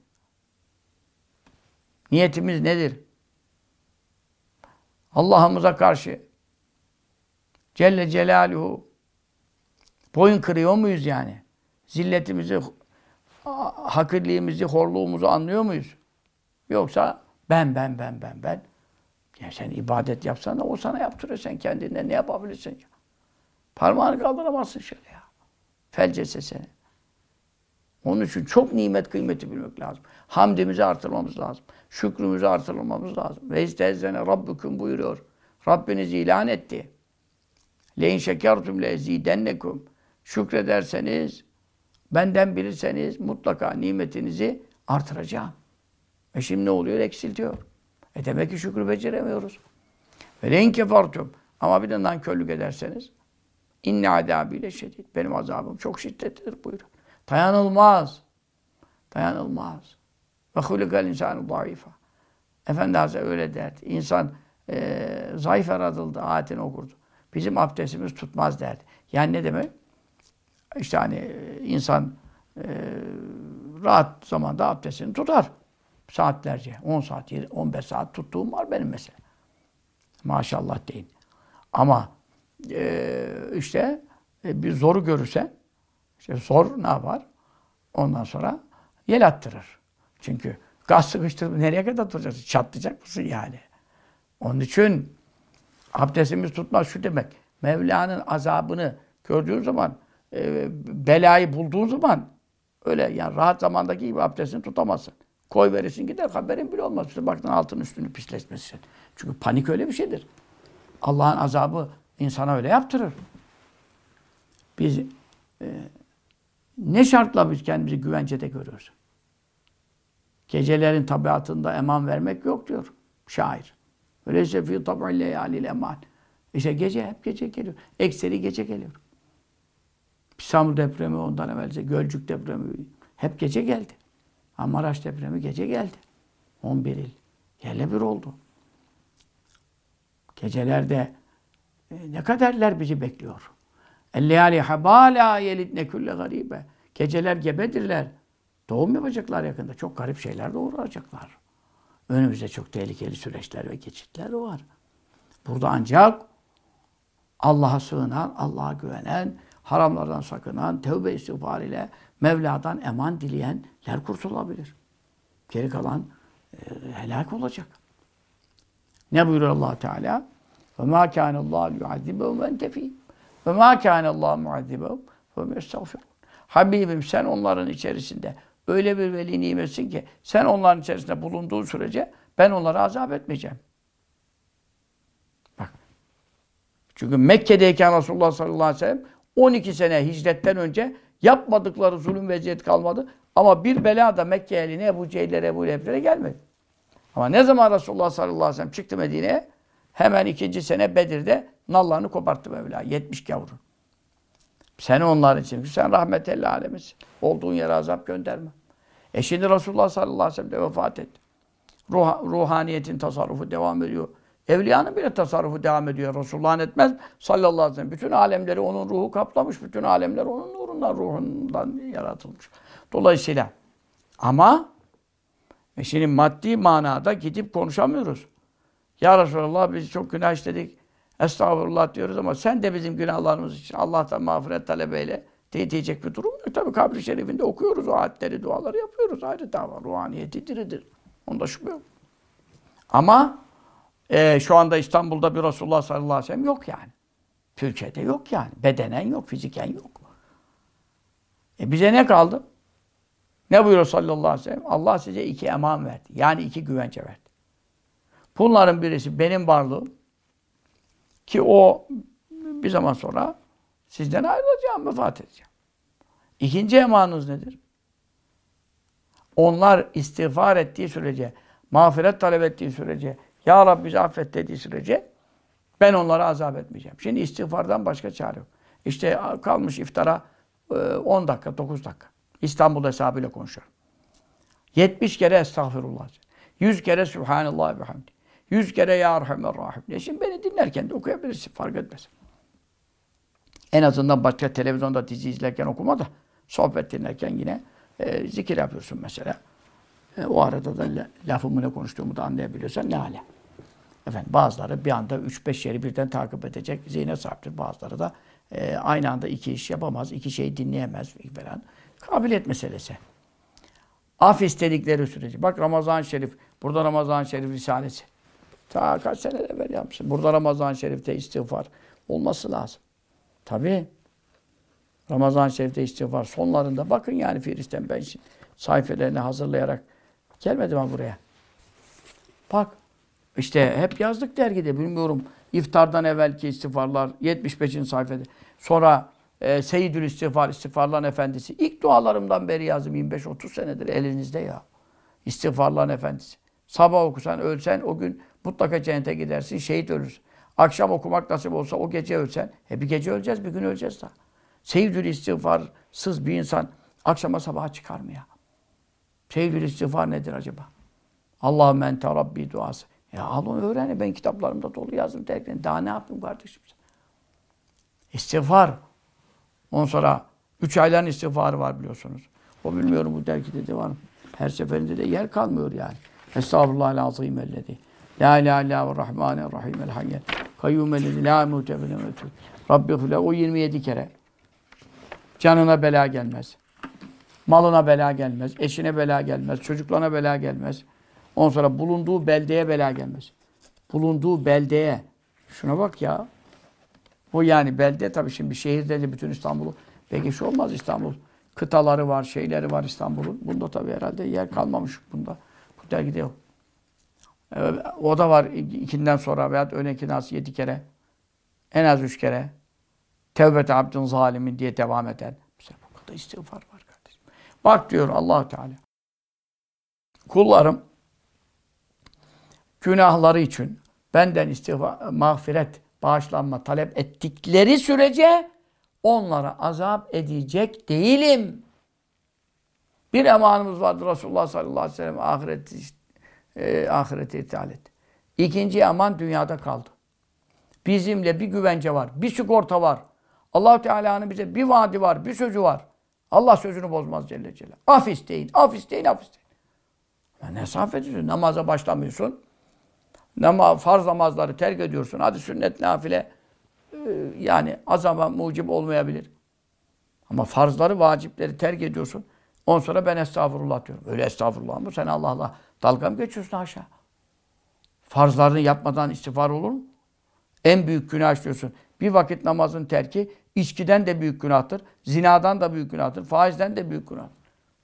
Niyetimiz nedir? Allah'ımıza karşı Celle Celaluhu boyun kırıyor muyuz yani? Zilletimizi, hakirliğimizi, horluğumuzu anlıyor muyuz? Yoksa ben. Ya sen ibadet yapsan da o sana yaptırıyor. Sen kendinden ne yapabilirsin ya? Parmağını kaldıramazsın şöyle ya. Felcese seni. Onun için çok nimet kıymeti bilmek lazım. Hamdimizi artırmamız lazım. Şükrümüzü artırmamız lazım. Ve istezzene Rabbüküm buyuruyor. Rabbiniz ilan etti. Lein şekertum le ezidennekum. Şükrederseniz, benden bilirseniz mutlaka nimetinizi artıracağım. Şimdi ne oluyor? Eksiltiyor. Demek ki şükrü beceremiyoruz. Ve lein kefertum. Ama bir de nankörlük ederseniz inne adâbiyle şedid. Benim azabım çok şiddetlidir buyuruyor. Dayanılmaz. Dayanılmaz. Ve hulikal insanu zayıfa. Efendi Hazretleri öyle derdi. İnsan zayıf yaratıldı. Ayetini okurdu. Bizim abdestimiz tutmaz derdi. Yani ne demek? İşte hani insan rahat zamanda abdestini tutar. Saatlerce. 10 saat, 15 saat tuttuğum var benim mesela. Maşallah deyin. Ama işte bir zoru görürsen işte zor ne yapar? Ondan sonra yel attırır. Çünkü gaz sıkıştırıp nereye kadar tutacaksın? Çatlayacak mısın yani? Onun için abdestimiz tutmaz şu demek. Mevla'nın azabını gördüğün zaman, belayı bulduğun zaman öyle yani rahat zamandaki gibi abdestini tutamazsın. Koy verirsin gider haberin bile olmaz. İşte baktın altın üstünü pisletmesin. Çünkü panik öyle bir şeydir. Allah'ın azabı insana öyle yaptırır. Biz ne şartla biz kendimizi güvencede görüyoruz? Gecelerin tabiatında eman vermek yok diyor şair. Öyleyse fî tab'il leyâlil eman. İşte gece, hep gece geliyor. Ekseri gece geliyor. İstanbul depremi ondan evvelce, Gölcük depremi hep gece geldi. Maraş depremi gece geldi. 11 il. Yerle bir oldu. Gecelerde ne kaderler bizi bekliyor. El-leyâli habâlâ yelidne külle garibe. Geceler gebedirler. Doğum yapacaklar yakında. Çok garip şeyler doğuracaklar. Önümüzde çok tehlikeli süreçler ve geçitler var. Burada ancak Allah'a sığınan, Allah'a güvenen, haramlardan sakınan, tevbe istiğfar ile Mevla'dan eman dileyenler kurtulabilir. Geri kalan helak olacak. Ne buyuruyor Allah Teala? وَمَا كَانَ اللّٰهُ يُعَذِّبَهُمْ وَاَنْتَ ف۪يهِمْ وَمَا كَانَ اللّٰهُ مُعَذِّبَهُمْ وَهُمْ يَسْتَغْفِرُونَ. Habibim sen onların içerisinde öyle bir veli nimetsin ki sen onların içerisinde bulunduğun sürece ben onlara azap etmeyeceğim. Bak. Çünkü Mekke'deyken Resulullah sallallahu aleyhi ve sellem 12 sene hicretten önce yapmadıkları zulüm ve eziyet kalmadı. Ama bir bela da Mekke eline Ebu Cehillere, Ebu Leheblere gelmedi. Ama ne zaman Resulullah sallallahu aleyhi ve sellem çıktı Medine'ye? Hemen 2. sene Bedir'de nallarını koparttı Mevla. 70 gavurun. Sen onlar için, sen rahmetellâh alemisin. Olduğun yere azap gönderme. Şimdi Resulullah sallallahu aleyhi ve sellem de vefat etti. Ruhaniyetin tasarrufu devam ediyor. Evliyanın bile tasarrufu devam ediyor. Resulullah'ın etmez sallallahu aleyhi ve sellem. Bütün alemleri onun ruhu kaplamış. Bütün alemler onun nurundan, ruhundan yaratılmış. Dolayısıyla ama şimdi maddi manada gidip konuşamıyoruz. Ya Resulallah biz çok günah işledik. Estağfurullah diyoruz ama sen de bizim günahlarımız için Allah'tan mağfiret talep eyle diyecek bir durum yok. Tabii kabri şerifinde okuyoruz o ayetleri, duaları yapıyoruz. Ayrı dava. Ruhaniyeti diridir. Onda şüphe yok. Ama şu anda İstanbul'da bir Resulullah sallallahu aleyhi ve sellem yok yani. Türkiye'de yok yani. Bedenen yok, fiziken yok. Bize ne kaldı? Ne buyuruyor sallallahu aleyhi ve sellem? Allah size 2 eman verdi. Yani 2 güvence verdi. Bunların birisi benim varlığım ki o bir zaman sonra sizden ayrılacağım, vefat edeceğim. 2. emanınız nedir? Onlar istiğfar ettiği sürece, mağfiret talep ettiği sürece, Ya Rabbi bizi affet dediği sürece ben onlara azap etmeyeceğim. Şimdi istiğfardan başka çare yok. İşte kalmış iftara 10 dakika, 9 dakika. İstanbul hesabıyla konuşuyorum. 70 kere estağfirullah. 100 kere Sübhanallah ve hamdi. 100 kere Ya Erhamerrahim. Şimdi beni dinlerken de okuyabilirsin, fark etmez. En azından başka televizyonda dizi izlerken okuma da sohbet dinlerken yine zikir yapıyorsun mesela. O arada da lafımı ne konuştuğumu da anlayabiliyorsan ne hale. Efendim bazıları bir anda 3-5 yeri birden takip edecek zihne sahiptir. Bazıları da aynı anda 2 iş yapamaz, 2 şeyi dinleyemez falan. Kabiliyet meselesi. Af istedikleri sürece. Bak Ramazan-ı Şerif, burada Ramazan-ı Şerif Risalesi. Ta kaç sene evvel yapmışsın. Burada Ramazan-ı Şerif'te istiğfar olması lazım. Tabii. Ramazan-ı Şerif'te istiğfar sonlarında bakın yani Firis'ten ben sayfelerini hazırlayarak gelmedim ha buraya. Bak. İşte hep yazdık dergide. Bilmiyorum. İftardan evvelki istiğfarlar 75. sayfada. Sonra Seyyidül İstiğfar, İstiğfarların Efendisi. İlk dualarımdan beri yazdım. 25-30 senedir elinizde ya. İstiğfarların Efendisi. Sabah okusan, ölsen o gün mutlaka cennete gidersin. Şehit ölürsün. Akşam okumak nasip olsa o gece ölsen. Bir gece öleceğiz, bir gün öleceğiz daha. Seyyidül İstiğfarsız bir insan akşama sabaha çıkar mı ya? Seyyidül İstiğfar nedir acaba? Allahümme ente Rabbi duası. Ya al onu öğren. Ben kitaplarımda dolu yazdım derken. Daha ne yapayım kardeşim? İstiğfar. Ondan sonra 3 ayların istiğfarı var biliyorsunuz. O bilmiyorum bu dergide de var mı? Her seferinde de yer kalmıyor yani. Estağfurullahal-azim ellezî. La ilahe illa huve'r-rahmanir-rahîm el-hayyul kayyûm ellezî lâ emûte ve lâ yemûtû. Rabbighfir o 27 kere. Canına bela gelmez. Malına bela gelmez. Eşine bela gelmez. Çocuklarına bela gelmez. Ondan sonra bulunduğu beldeye bela gelmez. Bulunduğu beldeye. Şuna bak ya. O yani belde tabii şimdi bir şehirde de bütün İstanbul'u. Peki şu olmaz İstanbul. Kıtaları var, şeyleri var İstanbul'un. Bunda tabii herhalde yer kalmamış bunda. Bu dergide yok. O da var 2'den sonra veya önceki nas 7 kere. En az 3 kere. Tevbete abdün zalimin diye devam eden. Mesela bu kadar istiğfar var kardeşim. Bak diyor Allah Teala. Kullarım günahları için benden istiğfar, mağfiret, bağışlanma talep ettikleri sürece onlara azap edecek değilim. Bir emanımız vardı Resulullah sallallahu aleyhi ve sellem ahirete ithal etti. 2. eman dünyada kaldı. Bizimle bir güvence var, bir sigorta var. Allah Teala'nın bize bir vaadi var, bir sözü var. Allah sözünü bozmaz Celle Celaluhu. Af isteyin, af isteyin, af isteyin. Ne hesap ediyorsun? Namaza başlamıyorsun. Farz namazları terk ediyorsun. Hadi sünnet, nafile yani azama mucib olmayabilir. Ama farzları, vacipleri terk ediyorsun. Ondan sonra ben estağfurullah diyorum. Öyle estağfurullah mı? Sen Allah Allah dalga mı geçiyorsun aşağı? Farzlarını yapmadan istiğfar olur mu? En büyük günah işliyorsun. Bir vakit namazın terki içkiden de büyük günahtır. Zinadan da büyük günahtır. Faizden de büyük günahtır.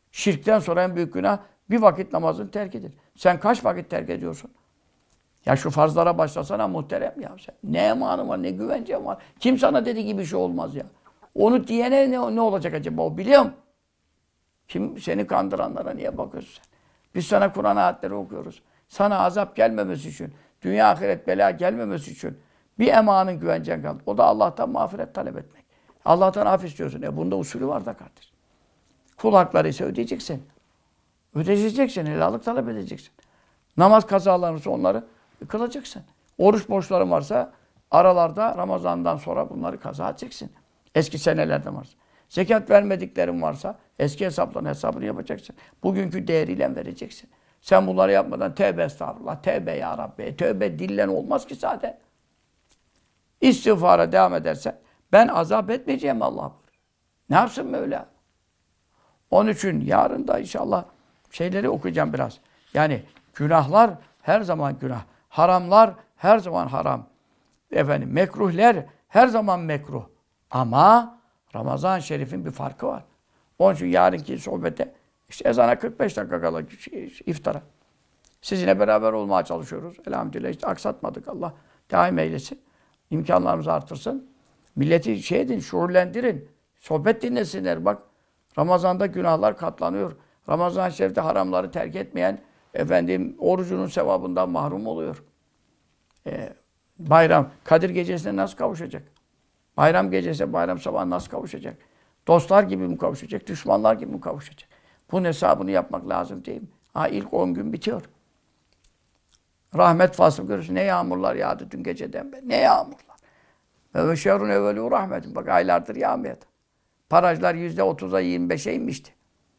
Şirkten sonra en büyük günah bir vakit namazın terkidir. Sen kaç vakit terk ediyorsun? Ya şu farzlara başlasana muhterem ya sen. Ne emanın var, ne güvencen var. Kim sana dediği gibi bir şey olmaz ya. Onu diyene ne olacak acaba o biliyor mu? Kim seni kandıranlara niye bakıyorsun sen? Biz sana Kur'an ayetleri okuyoruz. Sana azap gelmemesi için, dünya ahiret bela gelmemesi için bir emanın güvencen kaldı. O da Allah'tan mağfiret talep etmek. Allah'tan af istiyorsun. Bunda usulü var da kardeş. Kul hakları ise ödeyeceksin. Ödeyeceksin, helallik talep edeceksin. Namaz kazalarınsa onları kılacaksın. Oruç borçların varsa aralarda Ramazan'dan sonra bunları kaza edeceksin. Eski senelerden varsa. Zekat vermediklerin varsa eski hesabını yapacaksın. Bugünkü değeriyle vereceksin. Sen bunları yapmadan tövbe estağfurullah, tövbe ya Rabbi, tövbe dillen olmaz ki zaten. İstiğfara devam edersen ben azap etmeyeceğim Allah. Ne yapsın Mevla? Onun için yarın da inşallah şeyleri okuyacağım biraz. Yani günahlar her zaman günah. Haramlar her zaman haram. Mekruhler her zaman mekruh. Ama Ramazan-ı Şerif'in bir farkı var. Onun için yarınki sohbete işte ezana 45 dakika kala iftara. Sizinle beraber olmaya çalışıyoruz. Elhamdülillah işte aksatmadık. Allah daim eylesin. İmkanlarımızı artırsın. Milleti şuurlendirin. Sohbet dinlesinler. Bak Ramazan'da günahlar katlanıyor. Ramazan-ı Şerif'te haramları terk etmeyen orucunun sevabından mahrum oluyor. Bayram, Kadir gecesine nasıl kavuşacak? Bayram gecesi, bayram sabahı nasıl kavuşacak? Dostlar gibi mi kavuşacak? Düşmanlar gibi mi kavuşacak? Bunun hesabını yapmak lazım değil mi? İlk 10 gün bitiyor. Rahmet faslı görürsün. Ne yağmurlar yağdı dün geceden beri. Ne yağmurlar. Ve şehrun evvelû rahmetin. Bak aylardır yağmıyordu. Barajlar %30'a 25'e inmişti.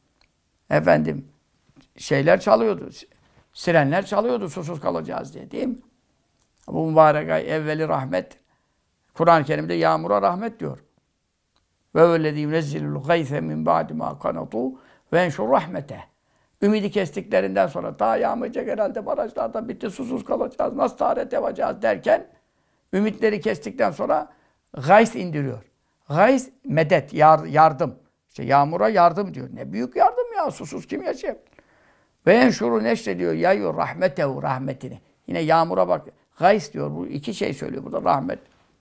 Şeyler çalıyordu. Sirenler çalıyordu susuz kalacağız diye değil mi? Bu mübarek ay evveli rahmet. Kur'an-ı Kerim'de yağmura rahmet diyor. Ve vellezî yunezzilul gayse min ba'di mâ kanatû ve enşur rahmete. Ümidi kestiklerinden sonra daha yağmayacak herhalde barajlarda bitti susuz kalacağız. Nasıl taharet yapacağız derken ümitleri kestikten sonra gays indiriyor. Gays medet, yardım. İşte yağmura yardım diyor. Ne büyük yardım ya. Susuz kim yaşayabilir? Ve enşuru neşrediyor. Yayıyor rahmetehu rahmetini. Yine yağmura bak. Gays diyor. Bu iki şey söylüyor burada rahmet.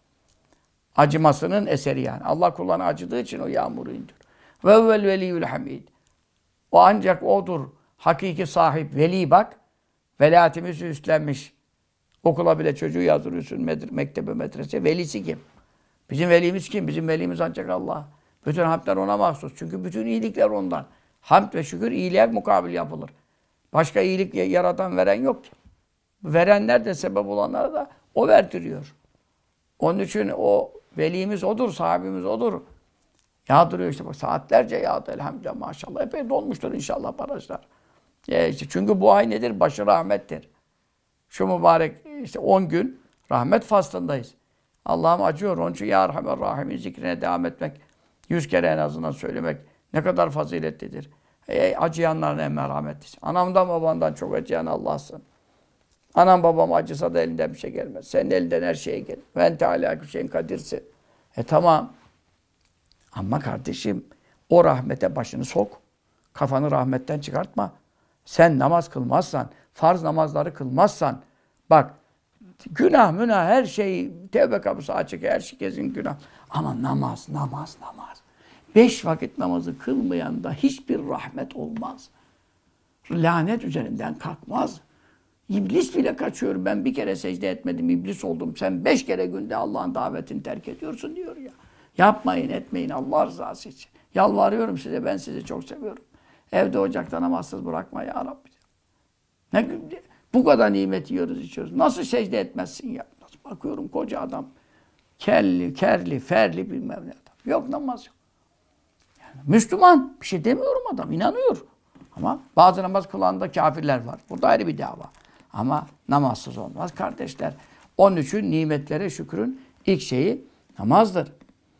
Acımasının eseri yani. Allah kullarına acıdığı için o yağmuru indiriyor. Ve evvel veliyyül hamid. O ancak odur. Hakiki sahip. Veli bak. Velayetimizi üstlenmiş. Okula bile çocuğu yazdırıyorsun. Mektebe, medrese. Velisi kim? Bizim velimiz kim? Bizim velimiz ancak Allah. Bütün hamdler ona mahsus. Çünkü bütün iyilikler ondan. Hamd ve şükür iyiliğe mukabil yapılır. Başka iyilik yaratan, veren yok ki. Verenler de sebep olanlara da o verdiriyor. Onun için o velimiz odur, sahibimiz odur. Yağdırıyor işte bak saatlerce yağdı elhamdülillah maşallah. Epey dolmuştur inşallah barajlar. Çünkü bu ay nedir? Başı rahmettir. Şu mübarek işte 10 gün rahmet faslındayız. Allah'ım acıyor. Onun için Ya Erhamer Rahimin zikrine devam etmek, 100 kere en azından söylemek ne kadar faziletlidir. Acıyanların en merhametlisin. Anamdan babandan çok acıyan Allah'sın. Anam babam acısa da elinden bir şey gelmez. Senin elinden her şey gelir. Ve ente alâ şeyin kadirsin. Tamam. Ama kardeşim o rahmete başını sok. Kafanı rahmetten çıkartma. Sen namaz kılmazsan, farz namazları kılmazsan, bak günah her şey, tevbe kapısı açık, her şey gezin günah. Ama namaz. 5 vakit namazı kılmayan da hiçbir rahmet olmaz. Lanet üzerinden kalkmaz. İblis bile kaçıyor. Ben bir kere secde etmedim, iblis oldum. Sen 5 kere günde Allah'ın davetini terk ediyorsun diyor ya. Yapmayın, etmeyin Allah rızası için. Yalvarıyorum size, ben sizi çok seviyorum. Evde ocakta namazsız bırakma ya Rabbi. Bu kadar nimet yiyoruz, içiyoruz. Nasıl secde etmezsin ya? Nasıl bakıyorum koca adam. Kerli, ferli bilmem ne adam. Yok namaz yok. Yani Müslüman. Bir şey demiyorum adam. İnanıyor. Ama bazı namaz kılan kafirler var. Burada ayrı bir dava. Ama namazsız olmaz kardeşler. Onun için nimetlere şükrün ilk şeyi namazdır.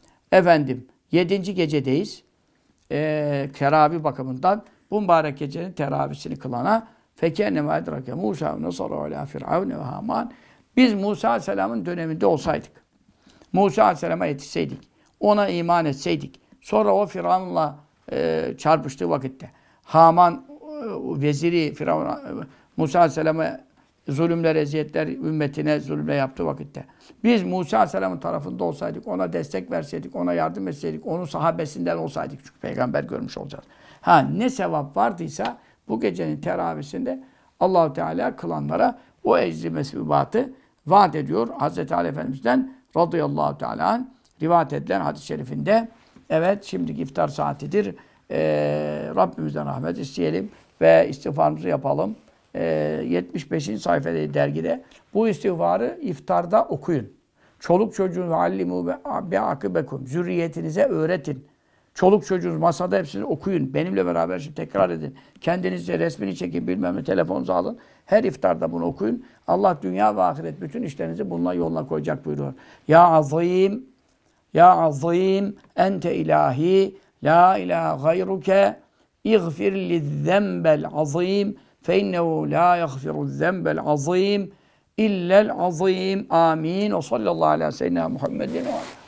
7. gecedeyiz. Teravih bakımından bu mübarek gecenin teravisini kılana fekenne ve edrake Musa ve nasara ala Firavun ve Haman. Biz Musa Aleyhisselam'ın döneminde olsaydık, Musa Aleyhisselam'a yetişseydik, ona iman etseydik, sonra o Firavun'la çarpıştığı vakitte Haman veziri Firavun Musa Aleyhisselam'a zulümler, eziyetler ümmetine zulümle yaptığı vakitte. Biz Musa Aleyhisselam'ın tarafında olsaydık, ona destek verseydik, ona yardım etseydik, onun sahabesinden olsaydık. Çünkü peygamber görmüş olacağız. Ne sevap vardıysa bu gecenin teravisinde Allah-u Teala kılanlara o ecri mesbubatı vaat ediyor. Hazreti Ali Efendimiz'den radıyallahu teala anh rivayet edilen hadis-i şerifinde. Evet, şimdiki iftar saatidir. Rabbimizden rahmet isteyelim ve istiğfarımızı yapalım. 75. sayfada dergide bu istiğfarı iftarda okuyun. Çoluk çocuğun allimu be akibekum. Zürriyetinize öğretin. Çoluk çocuğunuz masada hepsini okuyun. Benimle beraber şimdi tekrar edin. Kendinizce resmini çekin, bilmem ne, telefonunuzu alın. Her iftarda bunu okuyun. Allah dünya ve ahiret bütün işlerinizi bununla yoluna koyacak buyuruyor. Ya azim, ya azim, ente ilahi, la ilahe gayruke, iğfir lizzembel azim, fe innehu la yaghfiru zembel azim, illel azim. Amin. O sallallahu aleyhi ve sellem Muhammedin ve